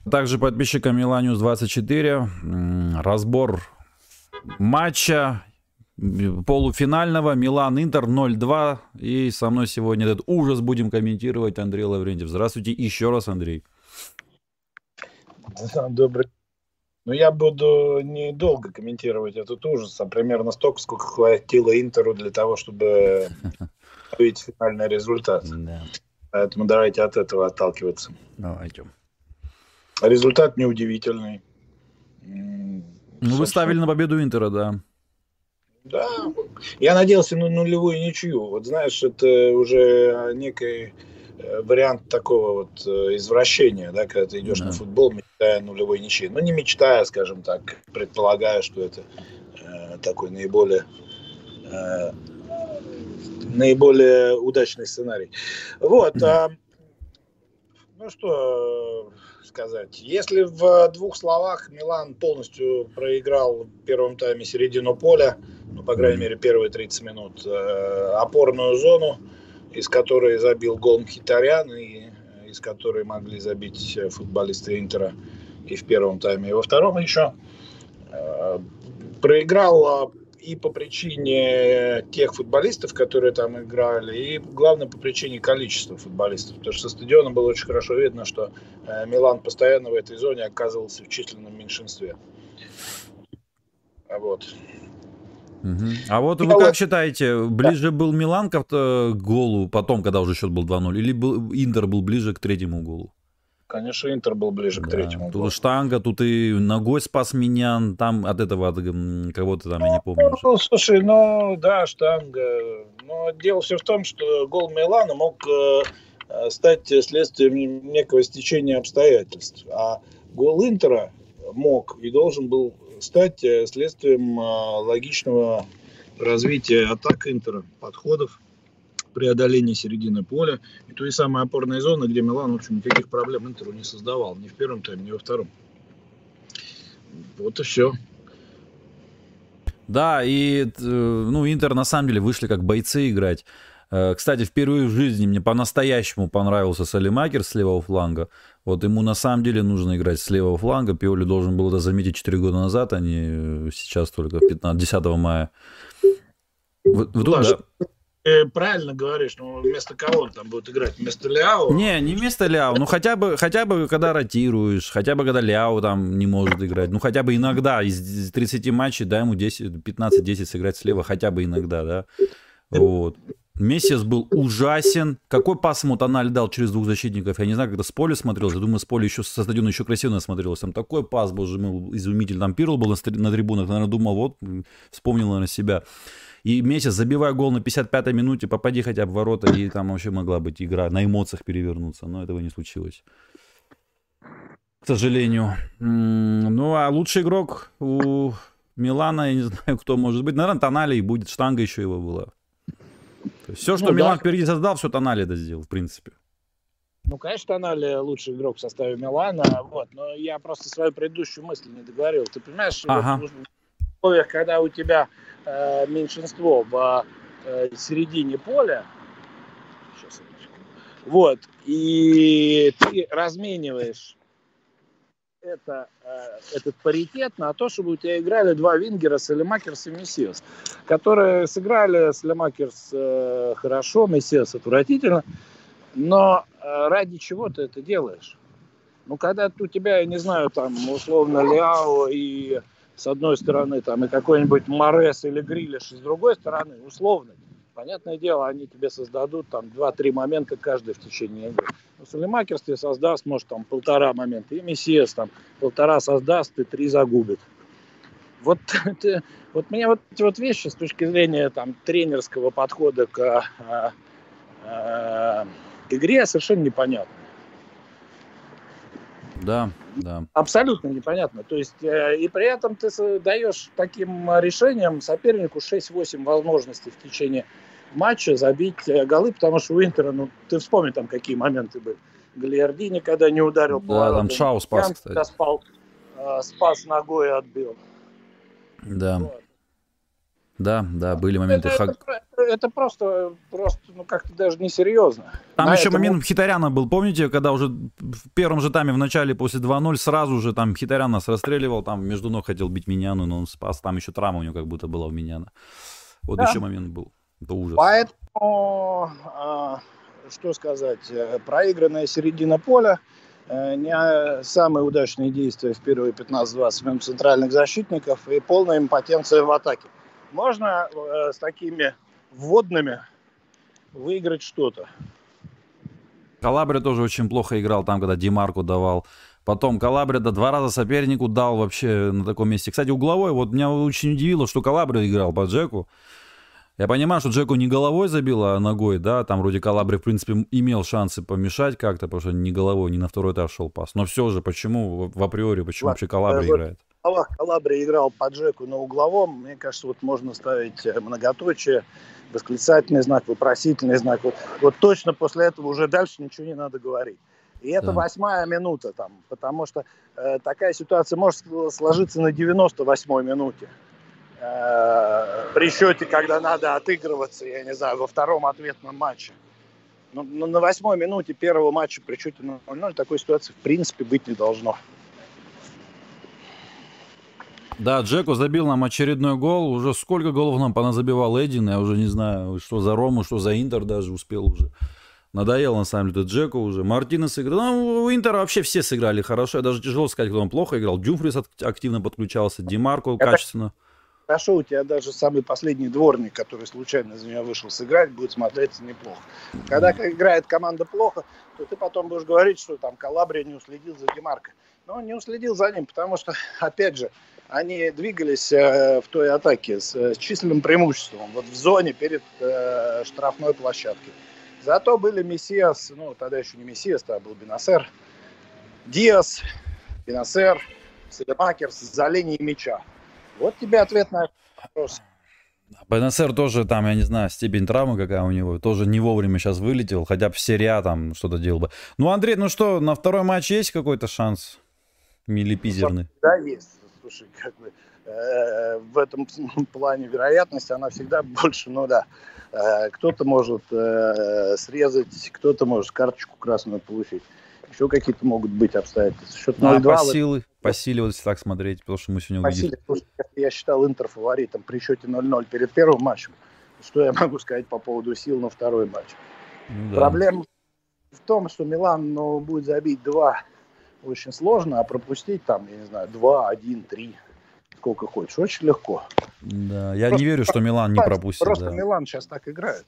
Также подписчикам Миланиус 24. Разбор матча полуфинального. Милан-Интер 0-2. И со мной сегодня этот ужас будем комментировать Андрей Лаврентьев. Здравствуйте еще раз, Андрей. Добрый. Ну, я буду недолго комментировать этот ужас, а примерно столько, сколько хватило Интеру для того, чтобы увидеть финальный результат. Да. Поэтому давайте от этого отталкиваться. Давайте. Результат неудивительный. Ну, вы ставили на победу Интера, да. Да. Я надеялся на нулевую ничью. Вот знаешь, это уже некий вариант такого вот извращения, да, когда ты идешь на футбол, мечтая о нулевой ничьей. Ну, не мечтая, скажем так, предполагая, что это такой наиболее удачный сценарий. Вот. Ну, что сказать. Если в двух словах Милан полностью проиграл в первом тайме середину поля, ну, по крайней мере, первые 30 минут, опорную зону, из которой забил гол Мхитарян, и из которой могли забить футболисты Интера и в первом тайме, и во втором еще, проиграл и по причине тех футболистов, которые там играли, и, главное, по причине количества футболистов. Потому что со стадиона было очень хорошо видно, что Милан постоянно в этой зоне оказывался в численном меньшинстве. Вот. А вот вы как считаете, ближе был Милан к голу потом, когда уже счет был 2-0, или Интер был ближе к третьему голу? Конечно, Интер был ближе к третьему голу. Тут штанга, тут и ногой спас меня, там от этого, от кого-то там, я не помню. Ну, слушай, ну да, штанга. Но дело все в том, что гол Милана мог стать следствием некого стечения обстоятельств. А гол Интера мог и должен был стать следствием логичного развития атак Интера, подходов, преодоления середины поля и той самой опорной зоны, где Милан, в общем, никаких проблем Интеру не создавал. Ни в первом тайме, ни во втором. Вот и все. Да, и ну, Интер на самом деле вышли как бойцы играть. Кстати, впервые в жизни мне по-настоящему понравился Салемакер с левого фланга. Вот ему на самом деле нужно играть с левого фланга. Пиоли должен был это заметить 4 года назад, а не сейчас только 10 мая. Правильно говоришь, но вместо кого он там будет играть? Вместо Ляо? Не вместо Ляо. Ну, хотя бы когда ротируешь, хотя бы когда Ляо там не может играть. Ну, хотя бы иногда из 30 матчей дай ему 15-10 сыграть слева, хотя бы иногда, да. Вот. Мессиас был ужасен. Какой пас ему Тональ дал через двух защитников? Я не знаю, когда с поля смотрелось. Я думаю, с поля еще со стадиона еще красиво смотрелось. Там такой пас, боже мой, изумительный. Там Пирло был на трибунах. Наверное, думал, вот, вспомнил, наверное, себя. И Мессиас, забивая гол на 55-й минуте, попади хотя бы в ворота, и там вообще могла быть игра на эмоциях перевернуться. Но этого не случилось. К сожалению. Ну, а лучший игрок у Милана, я не знаю, кто может быть. Наверное, Тоналли, и будет. Штанга еще его была. Все, что Милан впереди создал, все Тоналли это сделал, в принципе. Ну, конечно, Тоналли лучший игрок в составе Милана, вот, но я просто свою предыдущую мысль не договорил. Ты понимаешь, вот, в условиях, когда у тебя меньшинство в середине поля, вот, и ты размениваешь этот паритет на то, чтобы у тебя играли два вингера, Салемакерс и Мессиас, которые сыграли Салемакерс хорошо, Мессиас отвратительно, но ради чего ты это делаешь? Ну, когда у тебя, я не знаю, там, условно, Ляо и с одной стороны, там, и какой-нибудь Морес или Грилиш с другой стороны, условно, понятное дело, они тебе создадут там 2-3 момента каждый в течение игры. Ну, Салемакерс тебе создаст, может, там, 1,5 момента, и Мессиас там 1,5 создаст и 3 загубит. Вот мне вот эти вот вещи с точки зрения там тренерского подхода к игре совершенно непонятны. Да. Абсолютно непонятно. То есть, и при этом ты даешь таким решением сопернику 6-8 возможностей в течение матча забить голы, потому что у Интера, ну, ты вспомни там, какие моменты были. Галиардини, когда не ударил по воротам. Да, там Шау спас, кстати. Спас ногой и отбил. Да. Вот. Да, да, были моменты. Это просто, ну, как-то даже несерьезно. Там еще момент Мхитаряна был, помните, когда уже в первом же тайме в начале после 2-0 сразу же там Мхитарян нас расстреливал, там между ног хотел бить Миньяну, но он спас, там еще травма у него как будто была у Миньяна. Вот да. Еще момент был. Это ужас. Поэтому, что сказать, проигранная середина поля, не самые удачные действия в первые 15-20 минут центральных защитников и полная импотенция в атаке. Можно с такими вводными выиграть что-то. Калабрия тоже очень плохо играл там, когда Ди Марко давал. Потом Калабрия 2 раза сопернику дал вообще на таком месте. Кстати, угловой, вот меня очень удивило, что Калабрия играл по Джеку. Я понимаю, что Джеку не головой забил, а ногой, да, там вроде Калабрия, в принципе, имел шансы помешать как-то, потому что не головой, не на второй этаж шел пас. Но все же, почему в априори, почему вообще Калабрия играет? Калабрия играл по Джеку на угловом, мне кажется, вот можно ставить многоточие, восклицательный знак, вопросительный знак. Вот точно после этого уже дальше ничего не надо говорить. И это 8-я минута там, потому что такая ситуация может сложиться на 98-й минуте. При счете, когда надо отыгрываться, я не знаю, во втором ответном матче. Но на 8-й минуте первого матча при счете 0-0 такой ситуации в принципе быть не должно. Да, Джеку забил нам очередной гол. Уже сколько голов нам поназабивал Эдин. Я уже не знаю, что за Рому, что за Интер даже успел уже. Надоел, на самом деле, Джеку уже. Мартинес играл. Ну, у Интера вообще все сыграли хорошо. Я даже тяжело сказать, кто он плохо играл. Дюмфрис активно подключался. Ди Марко качественно. Хорошо, у тебя даже самый последний дворник, который случайно за меня вышел сыграть, будет смотреться неплохо. Когда играет команда плохо, то ты потом будешь говорить, что там Калабрия не уследил за Ди Марко. Но он не уследил за ним, потому что, опять же, они двигались в той атаке с численным преимуществом, вот в зоне перед штрафной площадкой. Зато были Мессиас, ну тогда еще не Мессиас, тогда был Бенасер, Диас, Бенасер, Селемакерс за линией мяча. Вот тебе ответ на этот вопрос. Бенасер тоже там, я не знаю, степень травмы какая у него, тоже не вовремя сейчас вылетел, хотя бы в серии А там что-то делал бы. Ну, Андрей, ну что, на второй матч есть какой-то шанс? Милипизерный. Да, есть. Слушай, как бы в этом плане вероятность, она всегда больше нуля. Кто-то может срезать, кто-то может карточку красную получить. Еще какие-то могут быть обстоятельства. Счет 0-2. По силе, вот если так смотреть, потому что мы сегодня увидели. Я считал Интер фаворитом при счете 0-0 перед первым матчем. Что я могу сказать по поводу сил на второй матч? Да. Проблема в том, что Милан будет забить 2 очень сложно, а пропустить там, я не знаю, 2, 1, 3, сколько хочешь. Очень легко. Да, я не верю, что Милан не пропустит. Просто Милан сейчас так играет.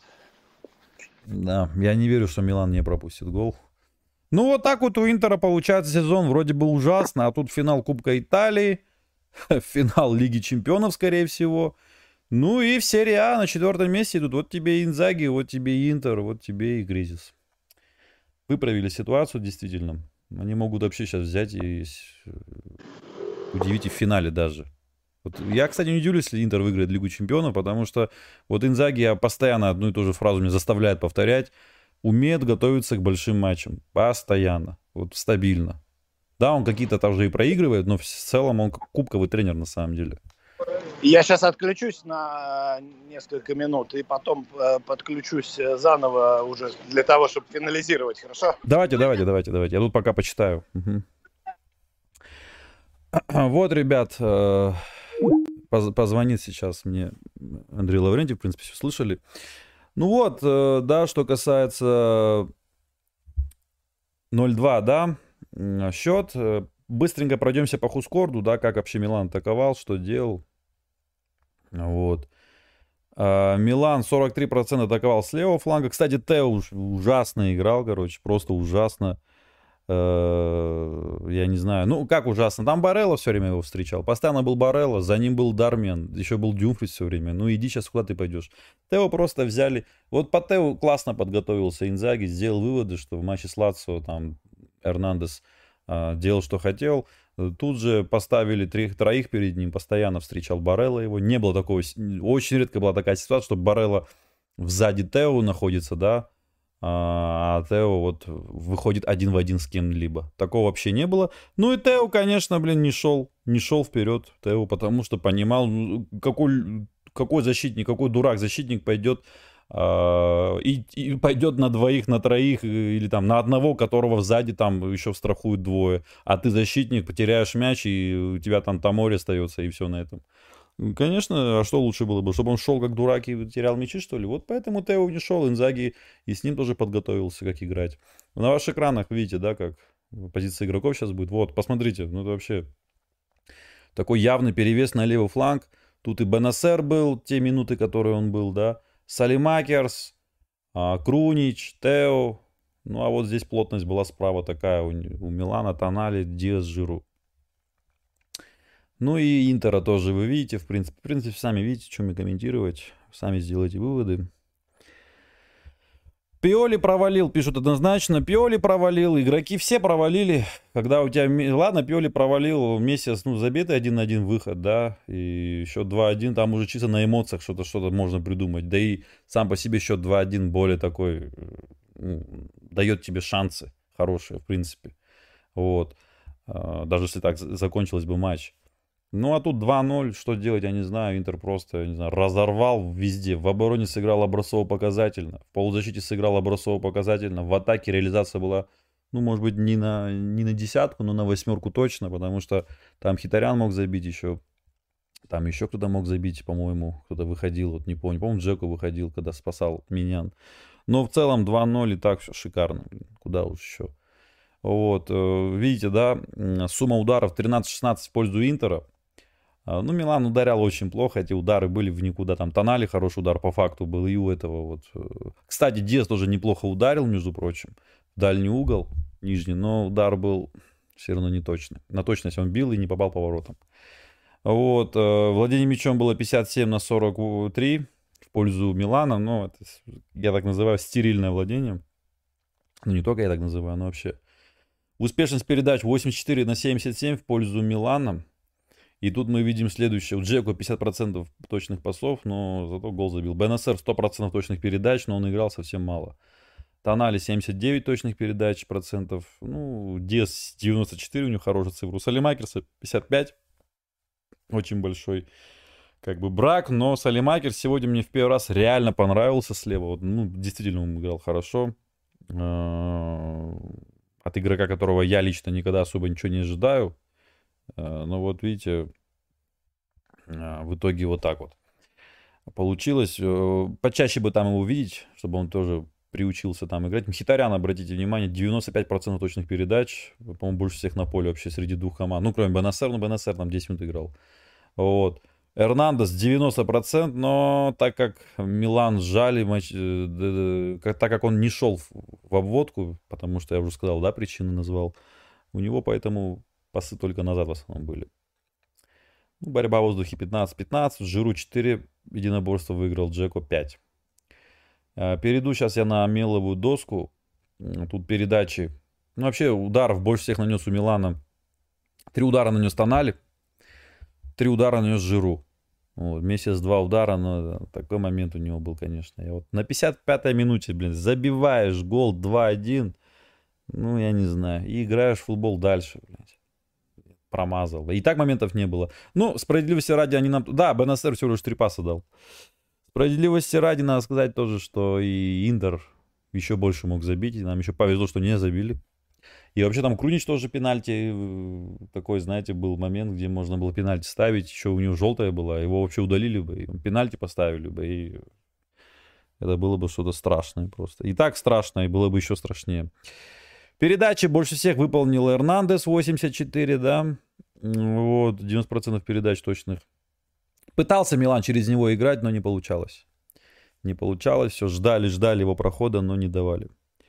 Да, я не верю, что Милан не пропустит гол. Ну, вот так вот у Интера получается сезон вроде бы ужасно, а тут финал Кубка Италии, финал Лиги Чемпионов, скорее всего. Ну и в серии А на 4-м месте идут. Вот тебе и Инзаги, вот тебе и Интер, вот тебе и кризис. Выправили ситуацию, действительно. Они могут вообще сейчас взять и удивить и в финале даже. Вот я, кстати, не удивлюсь, если Интер выиграет Лигу Чемпионов, потому что вот Инзаги постоянно одну и ту же фразу меня заставляет повторять. Умеет готовиться к большим матчам. Постоянно. Вот стабильно. Да, он какие-то там уже и проигрывает, но в целом он кубковый тренер на самом деле. Я сейчас отключусь на несколько минут и потом подключусь заново уже для того, чтобы финализировать, хорошо? Давайте. Я тут пока почитаю. Угу. Вот, ребят, позвонит сейчас мне Андрей Лаврентьев, в принципе, все слышали. Ну вот, да, что касается 0-2, да, счет. Быстренько пройдемся по Хускорду, да, как вообще Милан атаковал, что делал. Вот. Милан 43% атаковал с левого фланга. Кстати, Тео ужасно играл, короче, просто ужасно. Я не знаю, ну как ужасно. Там Барелла все время его встречал. Постоянно был Барелла, за ним был Дармиан, еще был Дюмфрис все время. Ну иди сейчас, куда ты пойдешь. Тео просто взяли. Вот по Тео классно подготовился Инзаги, сделал выводы, что в матче с Лацио там Эрнандес делал, что хотел. Тут же поставили троих перед ним, постоянно встречал Барелла его. Не было такого, очень редко была такая ситуация, что Барелла сзади Тео находится, да, а Тео вот выходит один в один с кем-либо. Такого вообще не было. Ну и Тео, конечно, не шел вперед, Тео, потому что понимал, какой защитник, какой дурак защитник пойдет и пойдет на двоих, на троих или там на одного, которого сзади там еще страхуют двое, а ты защитник, потеряешь мяч и у тебя там Томори остается и все на этом. Конечно, а что лучше было бы, чтобы он шел как дурак и терял мячи, что ли? Вот поэтому Тео не шел, Инзаги и с ним тоже подготовился, как играть. На ваших экранах видите, да, как позиция игроков сейчас будет. Вот, посмотрите, ну это вообще такой явный перевес на левый фланг. Тут и Бенасер был, те минуты, которые он был, да. Салимакерс, Крунич, Тео. Ну, а вот здесь плотность была справа такая у Милана, Тонали, Диас, Жиру. Ну и Интера тоже вы видите, в принципе, сами видите, что мне комментировать. Сами сделайте выводы. Пиоли провалил, пишут однозначно. Пиоли провалил, игроки все провалили. Когда у тебя... Ладно, Пиоли провалил месяц, ну, забитый 1-1 выход, да. И счет 2-1, там уже чисто на эмоциях что-то можно придумать. Да и сам по себе счет 2-1 более такой... дает тебе шансы хорошие, в принципе. Вот. Даже если так закончилось бы матч. Ну, а тут 2-0, что делать, я не знаю. Интер просто, я не знаю, разорвал везде. В обороне сыграл образцово-показательно. В полузащите сыграл образцово-показательно. В атаке реализация была, ну, может быть, не на десятку, но на 8 точно. Потому что там Хитарян мог забить еще. Там еще кто-то мог забить, по-моему. Кто-то выходил, вот не помню. По-моему, Джеко выходил, когда спасал Миньян. Но в целом 2-0 и так все шикарно. Куда уж еще. Вот, видите, да, сумма ударов 13-16 в пользу Интера. Ну, Милан ударял очень плохо, эти удары были в никуда. Там Тонали хороший удар по факту был и у этого вот. Кстати, Диас тоже неплохо ударил, между прочим. В дальний угол, нижний, но удар был все равно не точный. На точность он бил и не попал по воротам. Вот, владение мячом было 57-43 в пользу Милана. Но это, я так называю, стерильное владение. Ну, не только я так называю, но вообще. Успешность передач 84-77 в пользу Милана. И тут мы видим следующее. У Джеко 50% точных пасов, но зато гол забил. Бенасер 100% точных передач, но он играл совсем мало. Тонали 79 точных передач процентов. Ну, Диас 94, у него хорошая цифра. У Салимакерса 55. Очень большой как бы брак. Но Салимакерс сегодня мне в первый раз реально понравился слева. Вот, ну, действительно он играл хорошо. От игрока, которого я лично никогда особо ничего не ожидаю. Но вот видите, в итоге вот так вот получилось. Почаще бы там его видеть, чтобы он тоже приучился там играть. Мхитарян, обратите внимание, 95% точных передач. По-моему, больше всех на поле вообще среди двух команд. Ну, кроме Бенасер, но Бенасер там 10 минут играл. Вот. Эрнандес 90%, но так как Милан сжали, так как он не шел в обводку, потому что я уже сказал, да, причины назвал, у него поэтому пасы только назад в основном были. Ну, борьба в воздухе 15-15, Жиру 4 единоборства выиграл, Джеко 5. Перейду сейчас я на меловую доску. Тут передачи. Ну, вообще, ударов больше всех нанес у Милана. 3 удара нанес Тонали. 3 удара нанес Жиру. Вот, месяц 2 удара, но такой момент у него был, конечно. Я вот на 55-й минуте, блин, забиваешь гол 2-1. Ну, я не знаю. И играешь в футбол дальше, блядь. Промазал. И так моментов не было. Ну, справедливости ради они нам... Да, Бенасер всего лишь 3 паса дал. Справедливости ради надо сказать тоже, что и Интер еще больше мог забить. И нам еще повезло, что не забили. И вообще там Крунич тоже пенальти. Такой, знаете, был момент, где можно было пенальти ставить. Еще у него желтая была. Его вообще удалили бы. И пенальти поставили бы. И это было бы что-то страшное просто. И так страшно, и было бы еще страшнее. Передачи больше всех выполнил Эрнандес, 84, да. Вот, 90% передач точных. Пытался Милан через него играть, но не получалось. Не получалось, все ждали его прохода, но не давали.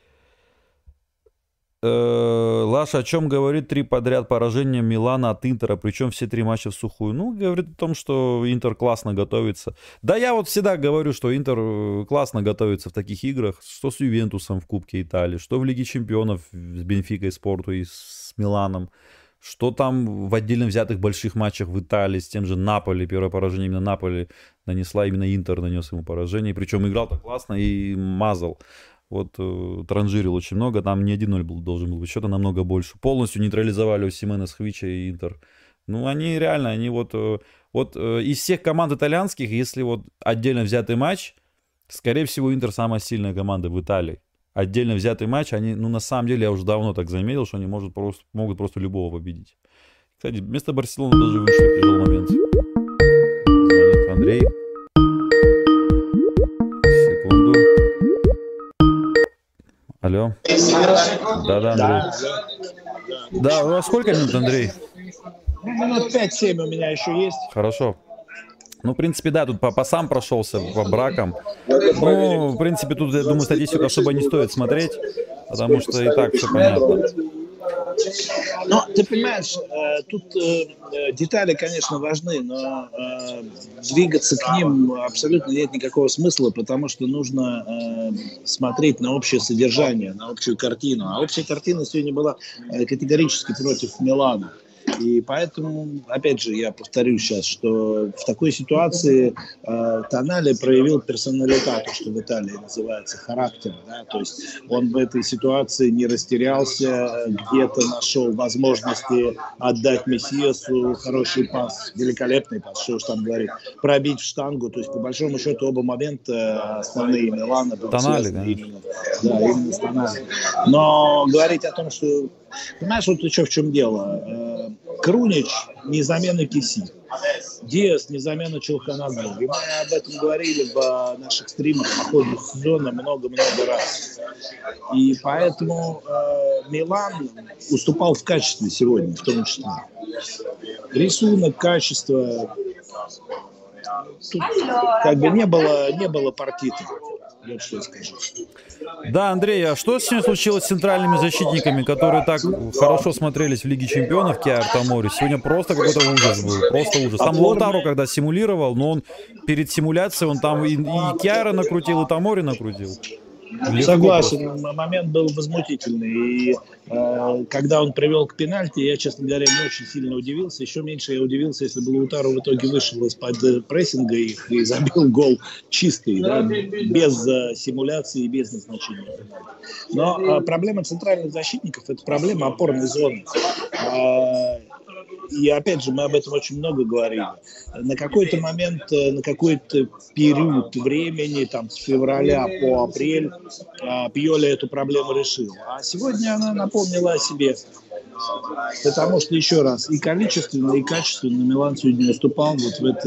Лаша о чем говорит? 3 подряд поражения Милана от Интера, причем все 3 матча в сухую. Ну, говорит о том, что Интер классно готовится. Да, я вот всегда говорю, что Интер классно готовится в таких играх, что с Ювентусом в Кубке Италии, что в Лиге Чемпионов с Бенфикой, Спорту и с Миланом, что там в отдельно взятых больших матчах в Италии с тем же Наполи. Первое поражение именно Наполи нанесла, именно Интер нанес ему поражение. Причем играл-то классно и мазал. Вот транжирил очень много, там не 1-0 должен был быть счет, а намного больше. Полностью нейтрализовали Осимено с Хвича и Интер Ну, они реально, они из всех команд итальянских, если вот отдельно взятый матч, скорее всего, Интер самая сильная команда в Италии. Отдельно взятый матч, они, ну, на самом деле, я уже давно так заметил, что они могут просто любого победить. Кстати, вместо Барселоны даже вышли тяжелый момент. Звонит Андрей. Секунду. Алло. Да, Андрей. Да, у вас сколько минут, Андрей? Минут 5-7 у меня еще есть. Хорошо. Ну, в принципе, да, тут по пасам прошелся, по бракам. Ну, в принципе, тут, я думаю, статистику особо не стоит смотреть, потому что и так все понятно. Ну, ты понимаешь, тут детали, конечно, важны, но двигаться к ним абсолютно нет никакого смысла, потому что нужно смотреть на общее содержание, на общую картину. А общая картина сегодня была категорически против Милана. И поэтому, опять же, я повторю сейчас, что в такой ситуации Тонали проявил персоналитет, что в Италии называется, характер. Да? То есть он в этой ситуации не растерялся, где-то нашел возможности отдать Мессиасу хороший пас, великолепный пас, что уж там говорить, пробить в штангу. То есть, по большому счету, оба момента основные Милана были связаны именно с Тонали. Но говорить о том, что... Понимаешь, вот еще в чем дело. Крунич не замена Киси. Диас не замена Челханаглу. И мы об этом говорили в наших стримах по ходу сезона много-много раз. И поэтому Милан уступал в качестве сегодня, в том числе. Рисунок, качество. Тут как бы не было партита. Вот что я скажу. Да, Андрей, а что сегодня случилось с центральными защитниками, которые так хорошо смотрелись в Лиге Чемпионов, Киар, Томори? Сегодня просто какой-то ужас был, просто ужас. Там Лаутаро, когда симулировал, но он перед симуляцией, он там и Киара накрутил, и Томори накрутил. Согласен, момент был возмутительный. И когда он привел к пенальти, я, честно говоря, не очень сильно удивился. Еще меньше я удивился, если бы Лаутаро в итоге вышел из-под прессинга их и забил гол чистый, да, без симуляции и без назначения. Но проблема центральных защитников – это проблема опорной зоны. И опять же, мы об этом очень много говорили. На какой-то момент, на какой-то период времени, там, с февраля по апрель, Пьоли эту проблему решил. А сегодня она напомнила о себе. Потому что, еще раз, и количественно, и качественно Милан сегодня уступал вот в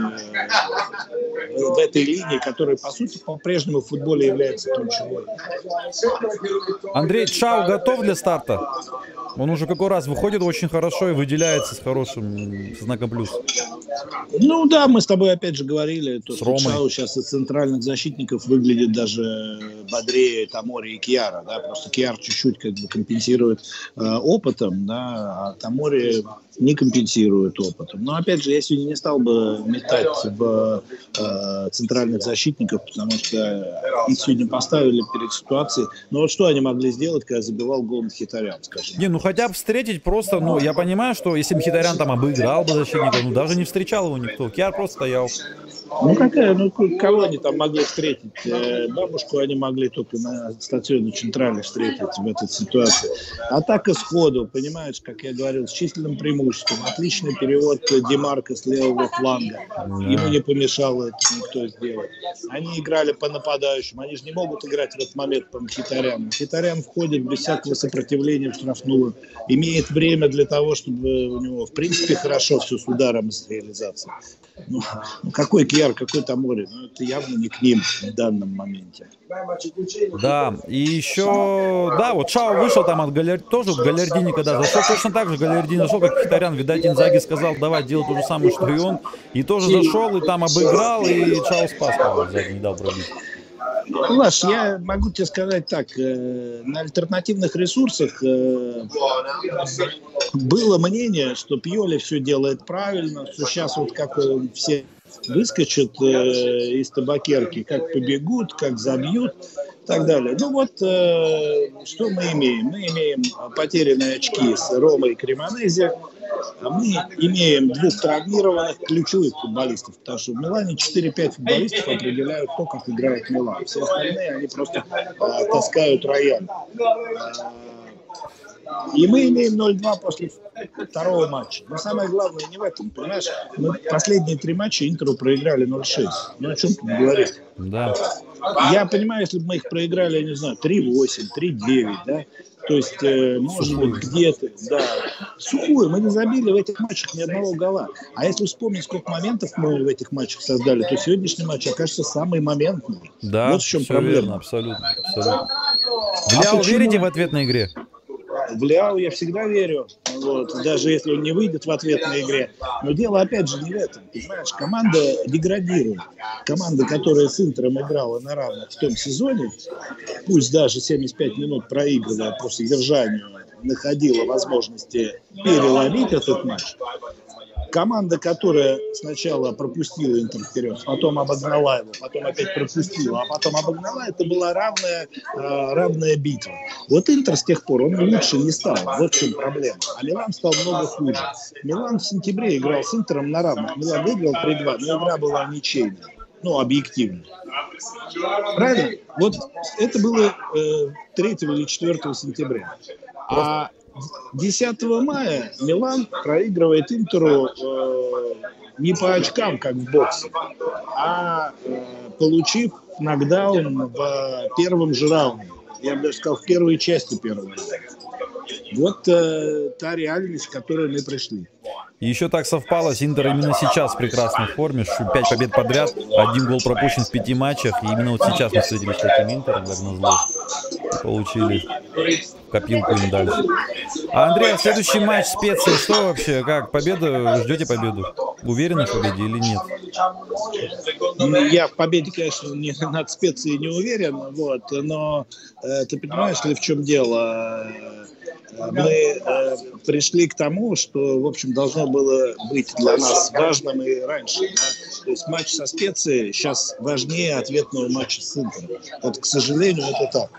этой линии, которая, по сути, по-прежнему в футболе является ключевой. Андрей, Чао готов для старта? Он уже какой раз выходит очень хорошо и выделяется с хорошим знаком плюс. Ну да, мы с тобой опять же говорили, что Чао сейчас из центральных защитников выглядит даже бодрее Томори и Кьяра. Да? Просто Кьяр чуть-чуть как бы компенсирует опытом, да? А Томори не компенсирует опытом. Но опять же, я сегодня не стал бы метать в центральных защитников, потому что их сегодня поставили перед ситуацией. Но вот что они могли сделать, когда забивал гол Мхитарян, скажем? Не, ну хотя бы встретить просто, ну я понимаю, что если Мхитарян там обыграл бы защитника, ну даже не встречал его никто, Кьяр просто стоял. Ну кого они там могли встретить? Бабушку они могли только на стадионе Центральной встретить в этой ситуации. Атака сходу, понимаешь, как я говорил, с численным преимуществом. Отличный перевод Демарка с левого фланга. Ему не помешало это никто сделать. Они играли по нападающим. Они же не могут играть в этот момент по Мхитаряну. Мхитарян входит без всякого сопротивления в штрафную. Имеет время для того, чтобы у него, в принципе, хорошо все с ударом и с реализацией. Ну какой Кьяр, какой Томори? Ну, это явно не к ним в данном моменте. Да, и еще, да, вот Чао вышел там от тоже от Галлердини, когда зашел, точно так же Галлердини зашел, как Мхитарян. Видать, Инзаги сказал, давай делай то же самое, что и он. И тоже зашел, и там обыграл, и Чао спас, Инзаги не дал пробить. Лаш, я могу тебе сказать так, на альтернативных ресурсах было мнение, что Пьоли все делает правильно, что сейчас вот как все выскочат из табакерки, как побегут, как забьют и так далее. Ну вот, что мы имеем? Мы имеем потерянные очки с Ромой и Кремонезе. Мы имеем двух травмированных ключевых футболистов, потому что в Милане 4-5 футболистов определяют то, как играет Милан. Все остальные, они просто таскают рояль. И мы имеем 0-2 после второго матча. Но самое главное не в этом, понимаешь? Мы последние 3 матча Интеру проиграли 0-6. Ну о чем тут говорить? Да. Я понимаю, если бы мы их проиграли, я не знаю, 3-8, 3-9, да, то есть, может Сухую. быть, где-то, да, сухую, мы не забили в этих матчах ни одного гола. А если вспомнить, сколько моментов мы в этих матчах создали, то сегодняшний матч окажется самый моментный. Да, вот в чем все проблема. верно, абсолютно. В Ляо почему? верите в ответной игре? В Ляо я всегда верю, вот, даже если он не выйдет в ответной игре. Но дело опять же не в этом. Понимаешь, команда деградирует. Команда, которая с Интером играла на равных в том сезоне, пусть даже 75 минут проигрывая по содержанию, находила возможности переломить этот матч. Команда, которая сначала пропустила Интер вперед, потом обогнала его, потом опять пропустила, а потом обогнала, это была равная битва. Вот Интер с тех пор, он лучше не стал. Вот в чем проблема. А Милан стал много хуже. Милан в сентябре играл с Интером на равных. Милан выиграл 3-2, но игра была ничейная. Ну, объективно. Правильно? Вот это было 3 или 4 сентября. А 10 мая Милан проигрывает Интеру не по очкам, как в боксе, а получив нокдаун в первом же раунде. Я бы даже сказал, в первой части первого раунда. Вот та реальность, к которой мы пришли. И еще так совпалось, Интер именно сейчас в прекрасной форме, 5 побед подряд, 1 гол пропущен в 5 матчах, и именно вот сейчас мы встретились с таким Интером, как назло, получили копилку им дальше. А Андрей, а следующий матч Специи, что вообще, как, победа, ждете победу? Уверены в победе или нет? Я в победе, конечно, над Специей не уверен, вот, но ты понимаешь ли, в чем дело? Мы пришли к тому, что, в общем, должно было быть для нас важным и раньше. Да? То есть матч со Специей сейчас важнее ответного матча с Интером. Вот, к сожалению, это так.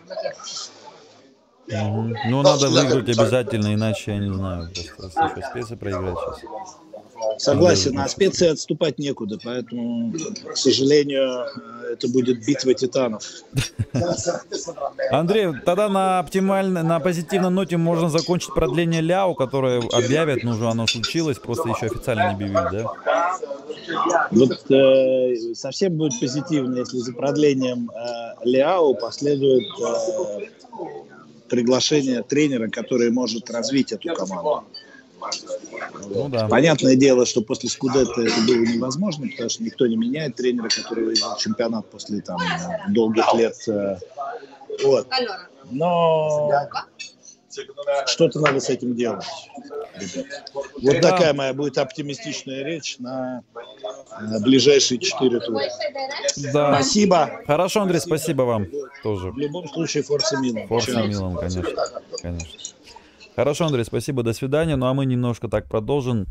Ну, надо выиграть обязательно, иначе, я не знаю, просто еще Специи проиграть сейчас. Согласен, а Специи отступать некуда, поэтому, к сожалению, это будет битва титанов. Андрей, тогда на позитивной ноте можно закончить продление Ляо, которое объявят, ну уже оно случилось, просто еще официально не объявили, да? Вот совсем будет позитивно, если за продлением Ляо последует приглашение тренера, который может развить эту команду. Ну, да. Понятное дело, что после Скудетто это было невозможно, потому что никто не меняет тренера, который выиграл чемпионат после там долгих лет. Вот. Но что-то надо с этим делать. Вот такая моя будет оптимистичная речь на ближайшие 4 тура. Да. Спасибо. Хорошо, Андрей, спасибо вам тоже. В любом случае, Форца Милан. Форца Милан, конечно. Хорошо, Андрей, спасибо, до свидания. Ну а мы немножко так продолжим.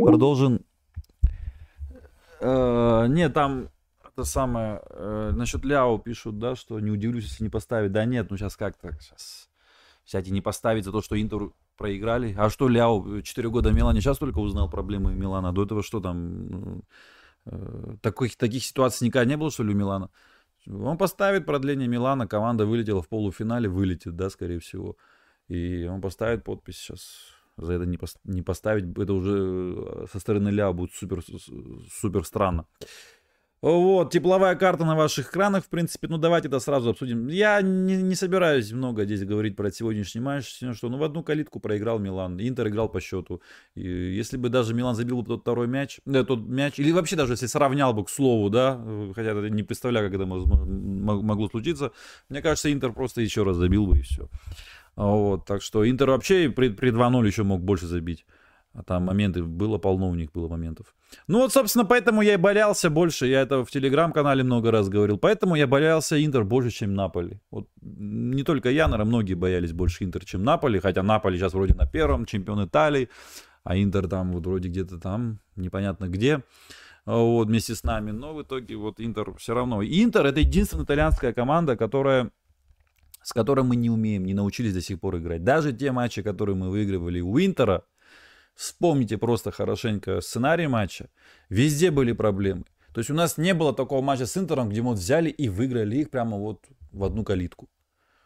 Нет, там это самое, насчет Ляо пишут, да, что не удивлюсь, если не поставить. Да нет, ну сейчас как-то, сейчас взять и не поставить за то, что Интер проиграли. А что Ляо 4 года в Милане сейчас только узнал проблемы Милана. До этого что там, таких ситуаций никогда не было, что ли, у Милана? Он поставит продление Милана, команда вылетела в полуфинале, вылетит, да, скорее всего. И он поставит подпись сейчас. За это не поставить, это уже со стороны Ляо будет супер странно. Вот, тепловая карта на ваших экранах, в принципе, ну давайте это сразу обсудим. Я не собираюсь много здесь говорить про сегодняшний матч, что в одну калитку проиграл Милан, Интер играл по счету. И если бы даже Милан забил бы тот второй мяч, или вообще даже если сравнял бы, к слову, да, хотя я не представляю, как это могло случиться, мне кажется, Интер просто еще раз забил бы и все. Вот, так что Интер вообще при 2-0 еще мог больше забить. А там моменты, было полно у них, было моментов. Ну вот, собственно, поэтому я и боялся больше. Я это в телеграм-канале много раз говорил. Поэтому я боялся Интер больше, чем Наполи. Вот не только я, наверное, многие боялись больше Интер, чем Наполи. Хотя Наполи сейчас вроде на первом, чемпион Италии. А Интер там вот вроде где-то там, непонятно где. Вот, вместе с нами. Но в итоге вот Интер все равно. И Интер — это единственная итальянская команда, с которой мы не умеем, не научились до сих пор играть. Даже те матчи, которые мы выигрывали у Интера, вспомните просто хорошенько сценарий матча, везде были проблемы. То есть у нас не было такого матча с Интером, где мы вот взяли и выиграли их прямо вот в одну калитку.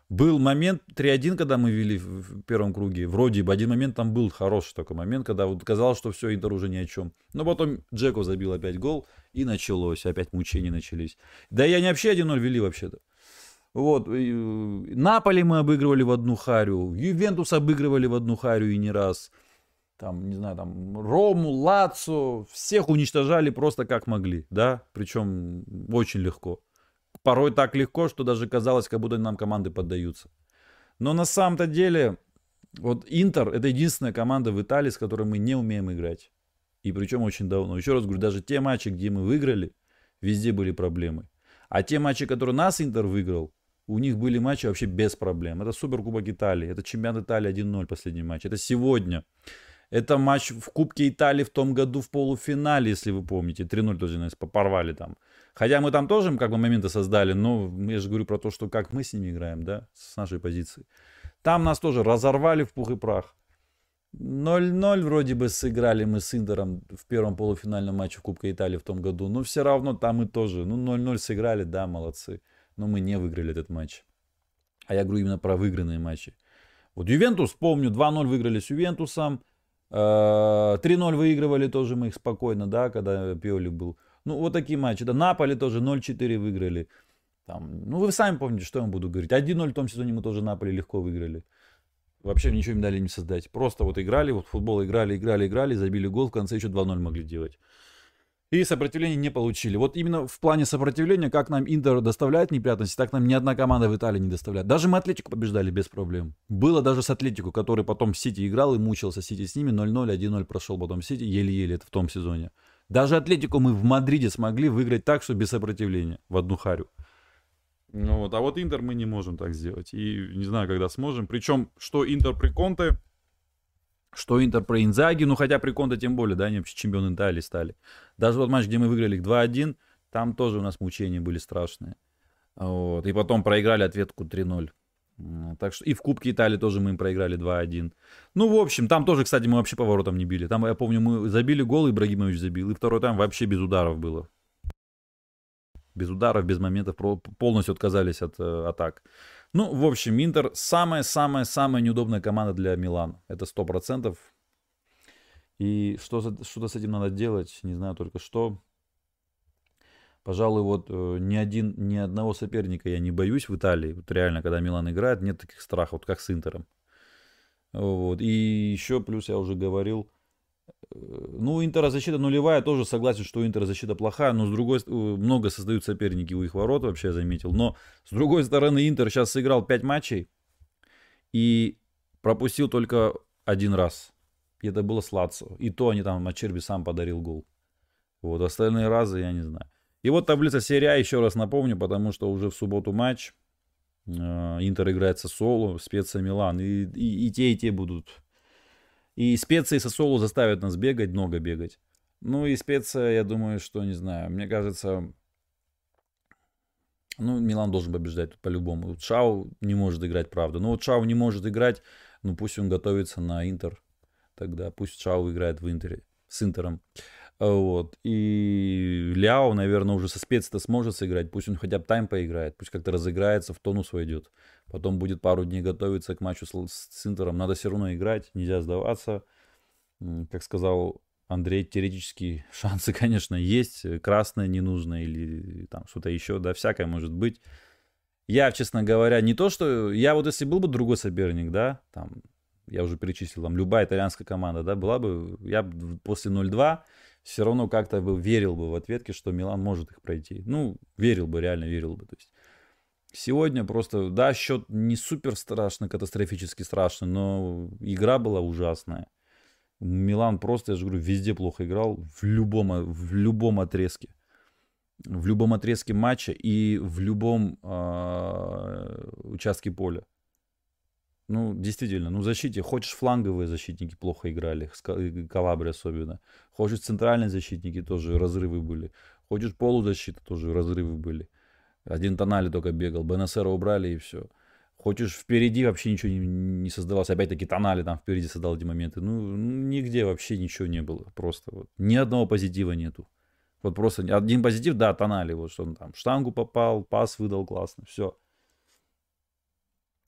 Был момент 3-1, когда мы вели в первом круге. Вроде бы один момент там был хороший такой момент, когда вот казалось, что все, Интер уже ни о чем. Но потом Джеко забил опять гол, и началось. Опять мучения начались. Да и они вообще 1-0 вели вообще-то. Вот. Наполи мы обыгрывали в одну харю. Ювентус обыгрывали в одну харю и не раз. Там, не знаю, там Рому, Лацо. Всех уничтожали просто как могли. Да? Причем очень легко. Порой так легко, что даже казалось, как будто нам команды поддаются. Но на самом-то деле, вот Интер — это единственная команда в Италии, с которой мы не умеем играть. И причем очень давно. Еще раз говорю, даже те матчи, где мы выиграли, везде были проблемы. А те матчи, которые нас Интер выиграл, у них были матчи вообще без проблем. Это Суперкубок Италии, это Чемпионат Италии 1-0 последний матч. Это сегодня. Это матч в Кубке Италии в том году в полуфинале, если вы помните. 3-0 тоже нас порвали там. Хотя мы там тоже как бы моменты создали, но я же говорю про то, что как мы с ними играем, да, с нашей позиции. Там нас тоже разорвали в пух и прах. 0-0 вроде бы сыграли мы с Интером в первом полуфинальном матче в Кубке Италии в том году. Но все равно там мы тоже, 0-0 сыграли, да, молодцы. Но мы не выиграли этот матч. А я говорю именно про выигранные матчи. Вот Ювентус, помню, 2-0 выиграли с Ювентусом. 3-0 выигрывали тоже мы их спокойно, да, когда Пиоли был. Ну, вот такие матчи. Да, Наполи тоже 0-4 выиграли. Там, ну, вы сами помните, что я вам буду говорить. 1-0 в том сезоне мы тоже Наполи легко выиграли. Вообще ничего им дали не создать. Просто вот играли, вот в футбол играли, забили гол, в конце еще 2-0 могли делать. И сопротивления не получили. Вот именно в плане сопротивления, как нам Интер доставляет неприятности, так нам ни одна команда в Италии не доставляет. Даже мы Атлетику побеждали без проблем. Было даже с Атлетику, который потом в Сити играл и мучился. Сити с ними 0-0, 1-0 прошел потом Сити, еле-еле, это в том сезоне. Даже Атлетику мы в Мадриде смогли выиграть так, что без сопротивления, в одну харю. Ну вот, а вот Интер мы не можем так сделать. И не знаю, когда сможем. Причем, что Интер при Конте, что Интер про Инзаги, ну хотя при Конте тем более, да, они вообще чемпионы Италии стали. Даже вот матч, где мы выиграли их 2-1, там тоже у нас мучения были страшные. Вот. И потом проиграли ответку 3-0. Так что и в Кубке Италии тоже мы им проиграли 2-1. Ну, в общем, там тоже, кстати, мы вообще поворотом не били. Там, я помню, мы забили гол, Ибрагимович забил. И второй тайм вообще без ударов было. Без ударов, без моментов, полностью отказались от атак. Ну, в общем, Интер самая-самая-самая неудобная команда для Милана. Это 100%. И что-то с этим надо делать, не знаю только что. Пожалуй, вот ни одного соперника я не боюсь в Италии. Вот реально, когда Милан играет, нет таких страхов, вот как с Интером. Вот. И еще плюс я уже говорил, ну, Интера защита нулевая, тоже согласен, что Интера защита плохая, но с другой стороны, много создают соперники у их ворот, вообще я заметил. Но с другой стороны, Интер сейчас сыграл 5 матчей и пропустил только один раз. И это было с Лацио. И то они там, Ачерби сам подарил гол. Вот, остальные разы я не знаю. И вот таблица серия А, еще раз напомню, потому что уже в субботу матч. Интер играет со Соло, Специя Милан. И те будут. И Специя и Сосоло заставят нас бегать, много бегать. Ну и Специя, я думаю, что, не знаю, мне кажется, ну, Милан должен побеждать тут по-любому. Чао не может играть, правда. Но вот Чао не может играть, ну пусть он готовится на Интер. Тогда пусть Чао играет в Интере, с Интером. Вот. И Ляо, наверное, уже со Специей-то сможет сыграть. Пусть он хотя бы тайм поиграет. Пусть как-то разыграется, в тонус войдет. Потом будет пару дней готовиться к матчу с Интером. Надо все равно играть, нельзя сдаваться. Как сказал Андрей, теоретически шансы, конечно, есть. Красное не нужно или там что-то еще. Да, всякое может быть. Я, честно говоря, не то, что... Я вот если был бы другой соперник, да, там... Я уже перечислил, там любая итальянская команда, да, была бы, я после 0-2 все равно как-то бы верил бы в ответке, что Милан может их пройти. Ну, верил бы, реально верил бы. То есть сегодня просто, да, счет не супер страшный, катастрофически страшный, но игра была ужасная. Милан просто, я же говорю, везде плохо играл, в любом отрезке. В любом отрезке матча и в любом участке поля. Ну, действительно, ну, в защите, хочешь фланговые защитники плохо играли, Калабри особенно. Хочешь центральные защитники, тоже разрывы были. Хочешь полузащита, тоже разрывы были. Один Тонали только бегал, Бенасера убрали и все. Хочешь впереди, вообще ничего не создавалось. Опять-таки Тонали там впереди создал эти моменты. Ну, нигде вообще ничего не было. Просто вот ни одного позитива нету. Вот просто один позитив, да, Тонали, вот что он там в штангу попал, пас выдал классно, все.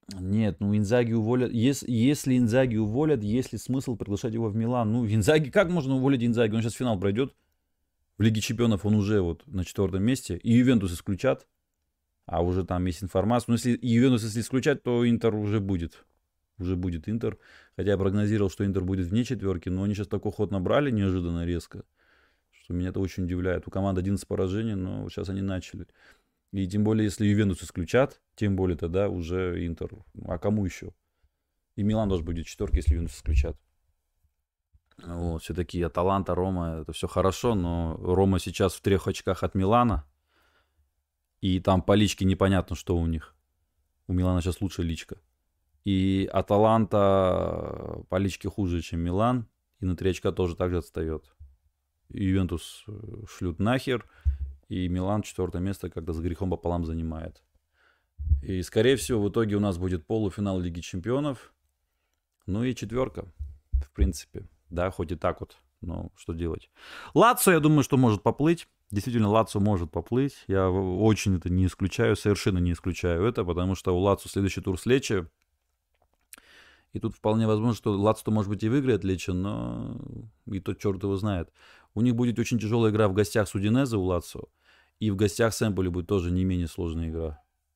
Нет, ну Инзаги уволят. Если Инзаги уволят, есть ли смысл приглашать его в Милан? Ну, Инзаги, как можно уволить Инзаги? Он сейчас финал пройдет. В Лиге Чемпионов он уже вот на 4-м месте. И Ювентус исключат. А уже там есть информация. Но если Ювентус, если исключать, то Интер уже будет. Уже будет Интер. Хотя я прогнозировал, что Интер будет вне четверки. Но они сейчас такой ход набрали неожиданно резко. Что меня это очень удивляет. У команды 11 поражений, но сейчас они начали. И тем более, если Ювентус исключат, тем более тогда уже Интер. А кому еще? И Милан тоже будет четверка, если Ювентус исключат. Вот, все-таки Аталанта, Рома, это все хорошо, но Рома сейчас в 3 очках от Милана. И там по личке непонятно, что у них. У Милана сейчас лучшая личка. И Аталанта по личке хуже, чем Милан. И на 3 очка тоже так же отстает. Ювентус шлют нахер. И Милан 4-е место как-то с грехом пополам занимает. И, скорее всего, в итоге у нас будет полуфинал Лиги Чемпионов. Ну и четверка, в принципе. Да, хоть и так вот. Но что делать? Лацио, я думаю, что может поплыть. Действительно, Лацио может поплыть. Я очень это не исключаю, совершенно не исключаю это, потому что у Лацио следующий тур с Лечи. И тут вполне возможно, что Лацио, может быть, и выиграет Лечи, но и тот черт его знает. У них будет очень тяжелая игра в гостях с Удинезе у Лацио. И в гостях с Эмполи будет тоже не менее сложная игра.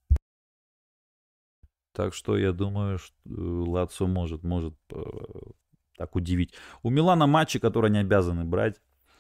Так что я думаю, что Лацио может так удивить. У Милана матчи, которые они обязаны брать.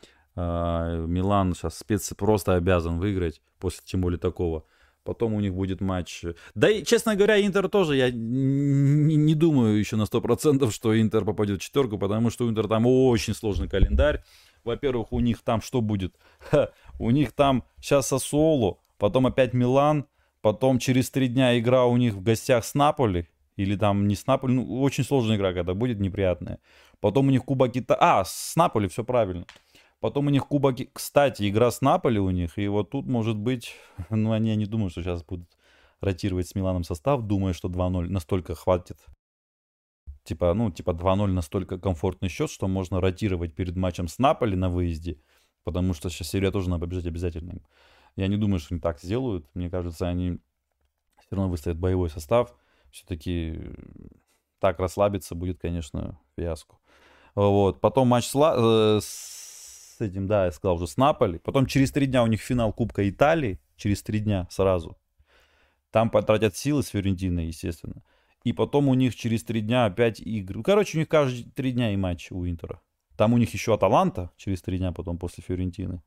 Милан сейчас просто обязан выиграть, после тем более такого. Потом у них будет матч. Да и, честно говоря, Интер тоже, я не думаю еще на 100%, что Интер попадет в четверку, потому что у Интер там очень сложный календарь. Во-первых, у них там что будет? У них там сейчас Сассуоло, потом опять Милан, потом через 3 дня игра у них в гостях с Наполи. Или там не с Наполи. Ну, очень сложная игра, когда будет неприятная. Потом у них Кубок Италии. С Наполи, все правильно. Потом у них Кубок... Кстати, игра с Наполи у них. И вот тут может быть... Ну, они, я не думаю, что сейчас будут ротировать с Миланом состав. Думаю, что 2-0 настолько хватит. Типа 2-0 настолько комфортный счет, что можно ротировать перед матчем с Наполи на выезде. Потому что сейчас серия тоже надо побежать обязательно. Я не думаю, что они так сделают. Мне кажется, они все равно выставят боевой состав. Все-таки так расслабиться будет, конечно, фиаско. Вот. Потом матч с этим, да, я сказал уже, с Наполи. Потом через 3 дня у них финал Кубка Италии. Через 3 дня сразу. Там потратят силы с Фиорентиной, естественно. И потом у них через 3 дня опять игры. Короче, у них каждые 3 дня и матч у Интера. Там у них еще Аталанта через 3 дня потом после Фиорентины.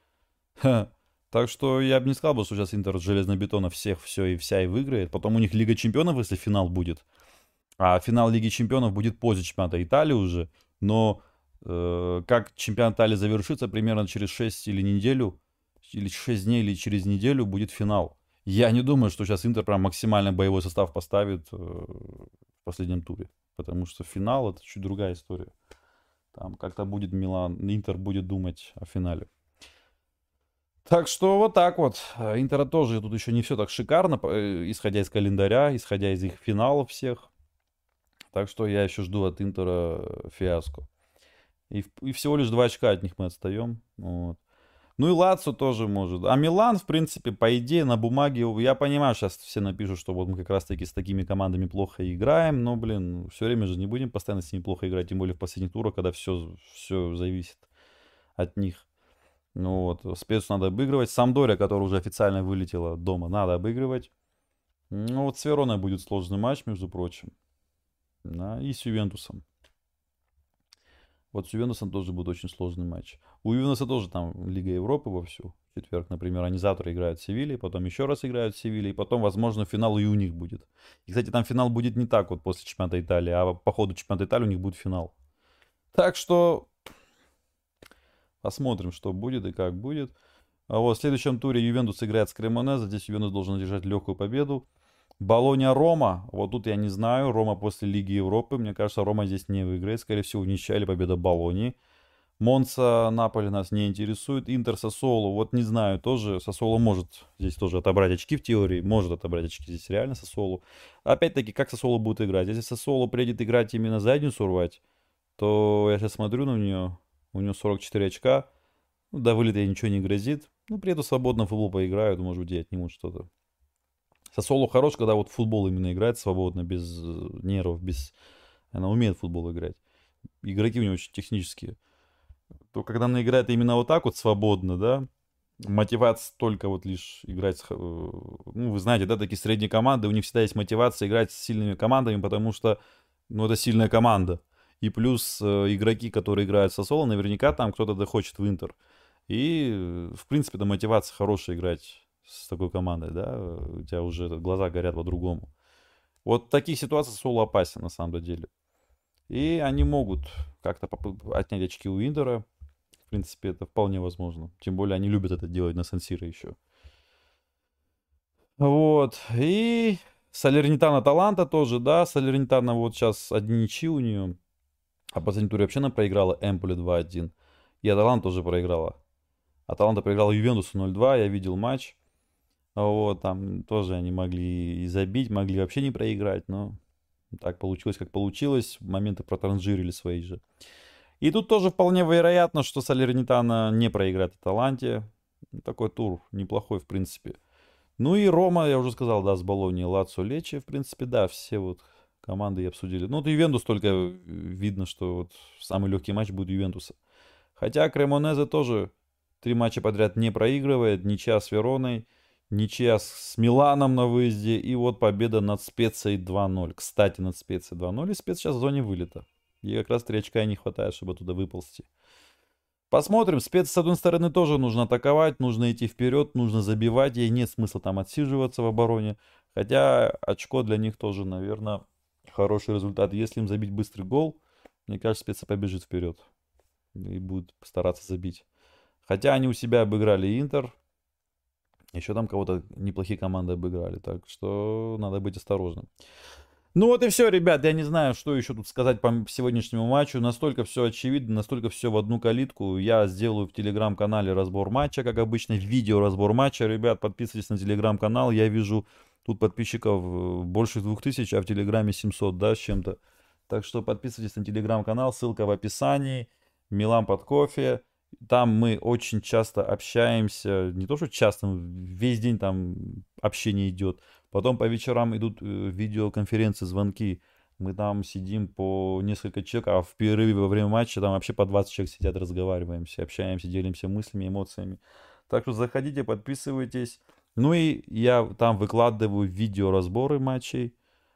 Так что я бы не сказал, что сейчас Интер с железнобетона всех все и вся и выиграет. Потом у них Лига Чемпионов, если финал будет. А финал Лиги Чемпионов будет после чемпионата Италии уже. Но как чемпионат Италии завершится, примерно через 6 или неделю, или 6 дней, или через неделю будет финал. Я не думаю, что сейчас Интер прям максимально боевой состав поставит в последнем туре. Потому что финал это чуть другая история. Там как-то будет Милан, Интер будет думать о финале. Так что вот так вот. Интера тоже тут еще не все так шикарно, исходя из календаря, исходя из их финалов всех. Так что я еще жду от Интера фиаско. И всего лишь 2 очка от них мы отстаем. Вот. Ну и Лацио тоже может. А Милан, в принципе, по идее, на бумаге, я понимаю, сейчас все напишут, что вот мы как раз-таки с такими командами плохо играем, но, блин, все время же не будем постоянно с ними плохо играть, тем более в последних турах, когда все зависит от них. Ну вот, спец надо обыгрывать. Самдория, которая уже официально вылетела дома, надо обыгрывать. Ну вот с Вероной будет сложный матч, между прочим. Да, и с Ювентусом. Вот с Ювентусом тоже будет очень сложный матч. У Ювентуса тоже там Лига Европы вовсю. В четверг, например, они завтра играют в Севилье, потом еще раз играют в Севилье, и потом, возможно, финал и у них будет. И, кстати, там финал будет не так вот после чемпионата Италии, а по ходу чемпионата Италии у них будет финал. Так что посмотрим, что будет и как будет. А вот в следующем туре Ювентус играет с Кремонезе. Здесь Ювентус должен одержать легкую победу. Болонья-Рома. Вот тут я не знаю. Рома после Лиги Европы. Мне кажется, Рома здесь не выиграет. Скорее всего, ничья или победа Болоньи. Монца, Наполи нас не интересует. Интер, Сассуоло. Вот не знаю тоже. Сассуоло может здесь тоже отобрать очки в теории. Может отобрать очки здесь реально Сассуоло. Опять-таки, как Сассуоло будет играть? Если Сассуоло приедет играть именно задницу рвать, то я сейчас смотрю на нее. У нее 44 очка. До вылета ей ничего не грозит. Ну, приеду свободно в футбол поиграют. Может быть, ей отнимут что-то. Сосоло хорош, когда вот в футбол именно играет свободно, без нервов, без... Она умеет в футбол играть. Игроки у него очень технические. То когда она играет именно вот так вот свободно, да, мотивация только вот лишь играть ну, вы знаете, да, такие средние команды, у них всегда есть мотивация играть с сильными командами, потому что, ну, это сильная команда. И плюс игроки, которые играют со Соло, наверняка там кто-то захочет в Интер. И, в принципе, это мотивация хорошая играть с такой командой, да, у тебя уже глаза горят по-другому. Вот в таких ситуациях Соло опасен на самом деле. И они могут как-то отнять очки у Интера. В принципе, это вполне возможно. Тем более они любят это делать на Сан-Сиро еще. Вот. И Салернитана Таланта тоже, да. Салернитана вот сейчас одни ничьи у нее. А по последней туре вообще она проиграла Эмполе 2-1. И Аталанта тоже проиграла. Аталанта проиграла Ювентусу 0-2. Я видел матч. Вот, там тоже они могли и забить, могли вообще не проиграть. Но так получилось, как получилось. Моменты протранжирили свои же. И тут тоже вполне вероятно, что Салернитана не проиграет Аталанте. Такой тур неплохой, в принципе. Ну и Рома, я уже сказал, да, с Болоньей, Лацио, Лечи, в принципе, да, все вот команды и обсудили. Ну, вот Ювентус только видно, что вот самый легкий матч будет Ювентуса. Хотя Кремонезе тоже 3 матча подряд не проигрывает, ничья с Вероной, ничья с Миланом на выезде, и вот победа над Специей 2-0. Кстати, над Специей 2-0, и Спец сейчас в зоне вылета. Ей как раз 3 очка и не хватает, чтобы туда выползти. Посмотрим. Спец, с одной стороны, тоже нужно атаковать, нужно идти вперед, нужно забивать. Ей нет смысла там отсиживаться в обороне. Хотя очко для них тоже, наверное, хороший результат. Если им забить быстрый гол, мне кажется, Специя побежит вперед и будет стараться забить. Хотя они у себя обыграли Интер. Еще там кого-то неплохие команды обыграли. Так что надо быть осторожным. Ну вот и все, ребят. Я не знаю, что еще тут сказать по сегодняшнему матчу. Настолько все очевидно, настолько все в одну калитку. Я сделаю в телеграм-канале разбор матча, как обычно, видео разбор матча. Ребят, подписывайтесь на телеграм-канал. Я вижу тут подписчиков больше 2000, а в телеграме 700, да, с чем-то. Так что подписывайтесь на телеграм-канал, ссылка в описании. Милан под кофе. Там мы очень часто общаемся. Не то, что часто, весь день там общение идет. Потом по вечерам идут видеоконференции, звонки. Мы там сидим по несколько человек, а в перерыве во время матча там вообще по 20 человек сидят, разговариваемся, общаемся, делимся мыслями, эмоциями. Так что заходите, подписывайтесь. Ну и я там выкладываю видеоразборы матчей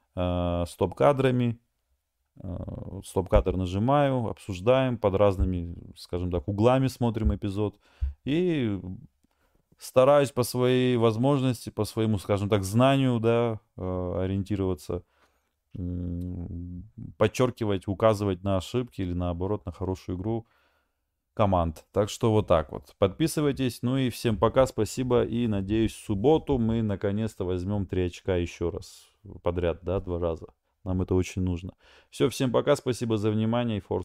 с топ-кадрами. Стоп-кадр нажимаю, обсуждаем под разными, скажем так, углами смотрим эпизод. И стараюсь по своей возможности, по своему, скажем так, знанию, да, ориентироваться, подчеркивать, указывать на ошибки или наоборот на хорошую игру команд. Так что вот так вот. Подписывайтесь. Ну и всем пока, спасибо. И надеюсь, в субботу мы наконец-то возьмем 3 очка еще раз подряд, да, 2 раза. Нам это очень нужно. Все, всем пока, спасибо за внимание и форс.